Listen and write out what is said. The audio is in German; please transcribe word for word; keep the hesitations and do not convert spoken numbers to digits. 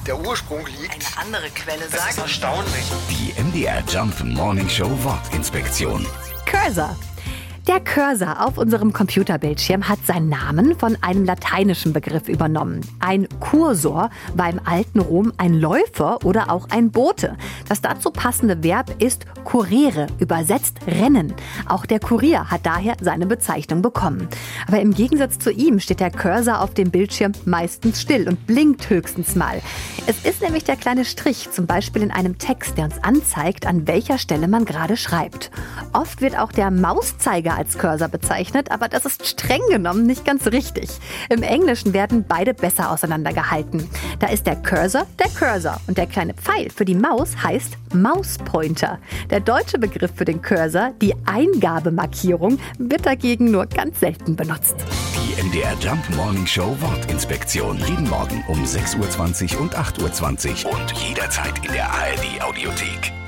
der Ursprung liegt. Eine andere Quelle Das sagt... ist erstaunlich. Die M D R Jump Morning Show Wortinspektion. Cursor. Der Cursor auf unserem Computerbildschirm hat seinen Namen von einem lateinischen Begriff übernommen. Ein Cursor war im alten Rom ein Läufer oder auch ein Bote. Das dazu passende Verb ist currere, übersetzt rennen. Auch der Kurier hat daher seine Bezeichnung bekommen. Aber im Gegensatz zu ihm steht der Cursor auf dem Bildschirm meistens still und blinkt höchstens mal. Es ist nämlich der kleine Strich, zum Beispiel in einem Text, der uns anzeigt, an welcher Stelle man gerade schreibt. Oft wird auch der Mauszeiger als Cursor bezeichnet, aber das ist streng genommen nicht ganz richtig. Im Englischen werden beide besser auseinandergehalten. Da ist der Cursor der Cursor und der kleine Pfeil für die Maus heißt Mauspointer. Der deutsche Begriff für den Cursor, die Eingabemarkierung, wird dagegen nur ganz selten benutzt. Die M D R Jump Morning Show Wortinspektion. Jeden Morgen um sechs Uhr zwanzig und acht Uhr zwanzig und jederzeit in der A R D Audiothek.